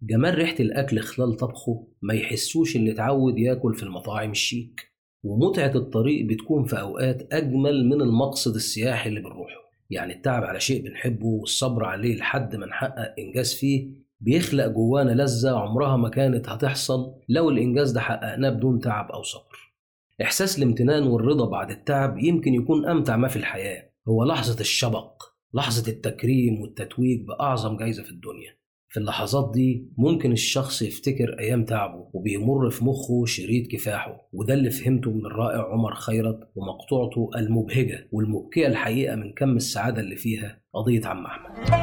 جمال ريحة الأكل خلال طبخه ما يحسوش اللي اتعود ياكل في المطاعم الشيك، ومتعة الطريق بتكون في أوقات أجمل من المقصد السياحي اللي بنروحه. يعني التعب على شيء بنحبه والصبر عليه لحد ما نحقق إنجاز فيه بيخلق جوانا لذة عمرها ما كانت هتحصل لو الإنجاز ده حققناه بدون تعب أو صبر. إحساس الامتنان والرضا بعد التعب يمكن يكون أمتع ما في الحياة، هو لحظة الشبق، لحظة التكريم والتتويج بأعظم جايزة في الدنيا. في اللحظات دي ممكن الشخص يفتكر أيام تعبه وبيمر في مخه شريط كفاحه، وده اللي فهمته من الرائع عمر خيرت ومقطوعته المبهجة والمبكية الحقيقة من كم السعادة اللي فيها قضية عم أحمد.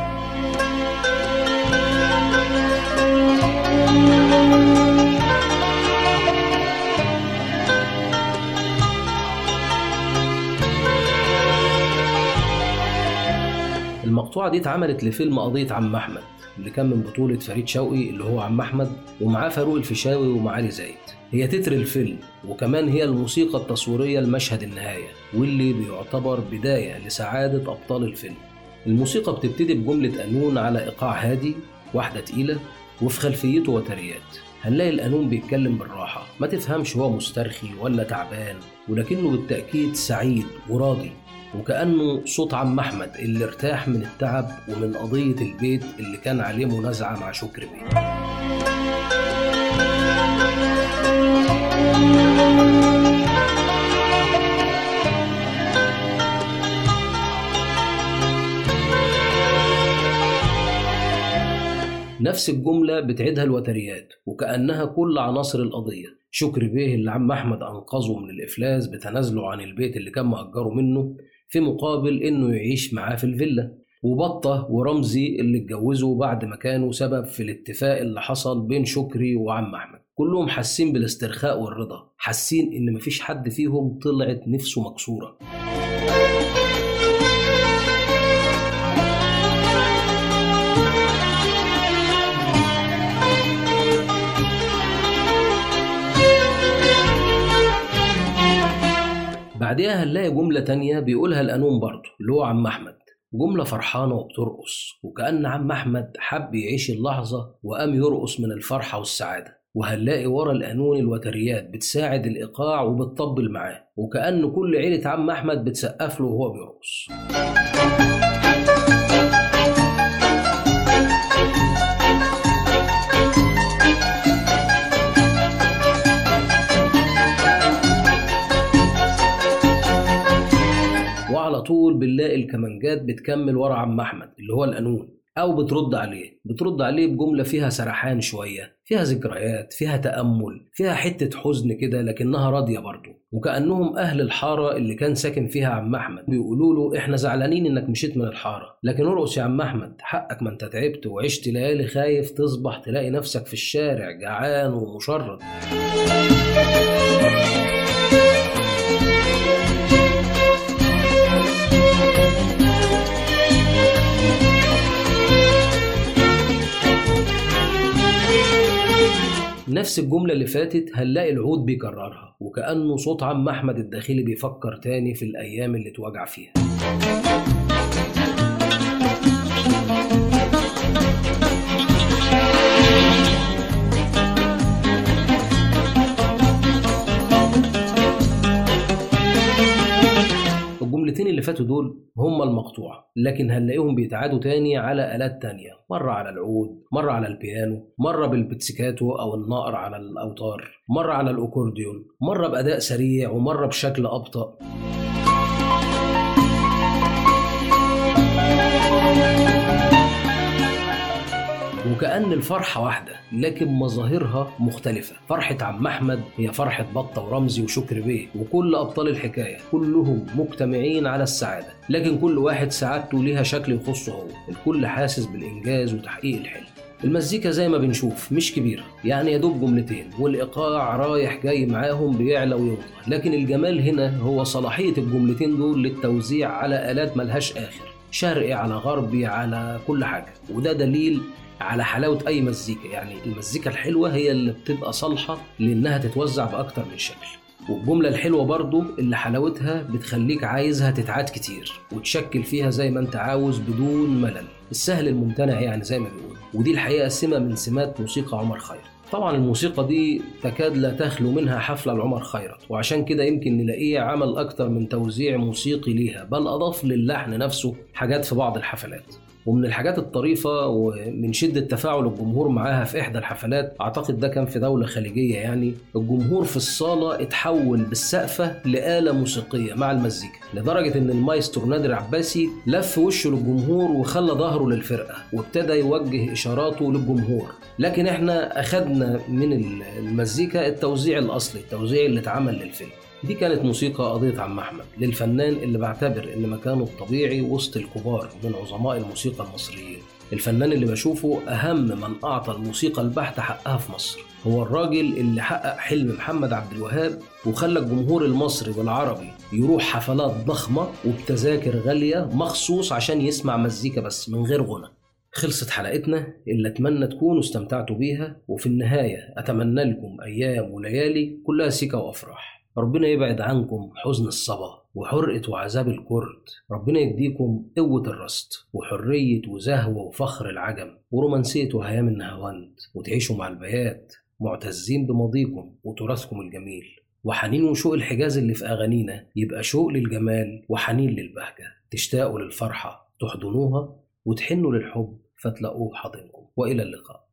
المقطوعة دي اتعملت لفيلم قضية عم أحمد اللي كان من بطولة فريد شوقي اللي هو عم أحمد، ومعاه فاروق الفيشاوي ومعالي زايد. هي تتر الفيلم وكمان هي الموسيقى التصويرية لمشهد النهاية، واللي بيعتبر بداية لسعادة أبطال الفيلم. الموسيقى بتبتدي بجملة قانون على إيقاع هادي، واحدة تقيلة، وفي خلفيته وتريات. هنلاقي القانون بيتكلم بالراحة، ما تفهمش هو مسترخي ولا تعبان، ولكنه بالتأكيد سعيد وراضي، وكأنه صوت عم أحمد اللي ارتاح من التعب ومن قضية البيت اللي كان عليه منازعة مع شكري بيه. نفس الجملة بتعيدها الوتريات، وكأنها كل عناصر القضية. شكري بيه اللي عم أحمد أنقذه من الإفلاس بتنازله عن البيت اللي كان مأجره منه في مقابل إنه يعيش معاه في الفيلا، وبطة ورمزي اللي اتجوزوا بعد ما كانوا سبب في الاتفاق اللي حصل بين شكري وعم أحمد. كلهم حاسين بالاسترخاء والرضا، حاسين إن مفيش حد فيهم طلعت نفسه مكسورة. بعدها هنلاقي جملة تانية بيقولها القانون برضه اللي هو عم أحمد، جملة فرحانة وبترقص، وكأن عم أحمد حب يعيش اللحظة وقام يرقص من الفرحة والسعادة. وهنلاقي ورا القانون الوتريات بتساعد الإيقاع وبتطبل معاه، وكأن كل عيلة عم أحمد بتسقف له وهو بيرقص. وعلى طول بنلاقي الكمانجات بتكمل ورا عم أحمد اللي هو القانون، أو بترد عليه بجملة فيها سرحان شوية، فيها ذكريات، فيها تأمل، فيها حتة حزن كده لكنها راضية برضه. وكأنهم أهل الحارة اللي كان ساكن فيها عم أحمد بيقولوا له إحنا زعلانين إنك مشيت من الحارة، لكن ارقص يا عم أحمد، حقك، ما أنت تعبت وعشت ليالي خايف تصبح تلاقي نفسك في الشارع جعان ومشرد. نفس الجملة اللي فاتت هنلاقي العود بيكررها، وكأنه صوت عم أحمد الداخلي بيفكر تاني في الأيام اللي اتوجع فيها. الجملتين اللي فاتوا دول هما المقطوعة، لكن هنلاقيهم بيتعادوا تاني على آلات تانية، مرة على العود، مرة على البيانو، مرة بالبتسيكاتو أو النقر على الأوتار، مرة على الأكورديون، مرة بأداء سريع ومرة بشكل أبطأ. وكأن الفرحة واحدة لكن مظاهرها مختلفة. فرحة عم أحمد هي فرحة بطة ورمزي وشكري بيه وكل أبطال الحكاية، كلهم مجتمعين على السعادة، لكن كل واحد سعادته ليها شكل يخصه هو. الكل حاسس بالإنجاز وتحقيق الحلم. المزيكا زي ما بنشوف مش كبيرة، يعني يدوب جملتين، والإيقاع رايح جاي معاهم بيعلى ويوطى، لكن الجمال هنا هو صلاحية الجملتين دول للتوزيع على آلات ملهاش آخر، شرقي على غربي على كل حاجة. وده دليل على حلاوة أي مزيكا، يعني المزيكا الحلوة هي اللي بتبقى صالحة لأنها تتوزع بأكتر من شكل. والجملة الحلوة برضو اللي حلاوتها بتخليك عايزها تتعاد كتير وتشكل فيها زي ما انت عاوز بدون ملل، السهل الممتنع يعني زي ما بيقول. ودي الحقيقة سمة من سمات موسيقى عمر خيرت. طبعا الموسيقى دي تكاد لا تخلو منها حفلة لعمر خيرت، وعشان كده يمكن نلاقيه عمل أكتر من توزيع موسيقي ليها، بل أضاف للحن نفسه حاجات في بعض الحفلات. ومن الحاجات الطريفة ومن شدة تفاعل الجمهور معاها في إحدى الحفلات، أعتقد ده كان في دولة خليجية يعني، الجمهور في الصالة اتحول بالسقفة لآلة موسيقية مع المزيكا، لدرجة إن المايسترو نادر عباسي لف وشه للجمهور وخلى ظهره للفرقة وابتدى يوجه إشاراته للجمهور. لكن إحنا أخدنا من المزيكا التوزيع الأصلي، التوزيع اللي اتعمل للفيلم. دي كانت موسيقى قضية عم أحمد للفنان اللي بعتبر إن مكانه الطبيعي وسط الكبار من عظماء الموسيقى المصريين، الفنان اللي بشوفه أهم من أعطى الموسيقى البحتة حقها في مصر. هو الراجل اللي حقق حلم محمد عبد الوهاب وخلى الجمهور المصري والعربي يروح حفلات ضخمة وبتذاكر غالية مخصوص عشان يسمع مزيكا بس من غير غنى. خلصت حلقتنا اللي أتمنى تكونوا استمتعتوا بيها، وفي النهاية أتمنى لكم أيام وليالي كلها سيكا وأفراح. ربنا يبعد عنكم حزن الصبا وحرقة وعذاب الكرد، ربنا يديكم قوة الرصد وحرية وزهوة وفخر العجم ورومانسية وهيام النهاوند، وتعيشوا مع البيات معتزين بماضيكم وتراثكم الجميل. وحنين وشوق الحجاز اللي في أغانينا يبقى شوق للجمال وحنين للبهجة، تشتاقوا للفرحة تحضنوها وتحنوا للحب فتلاقوه حاضنكم. وإلى اللقاء.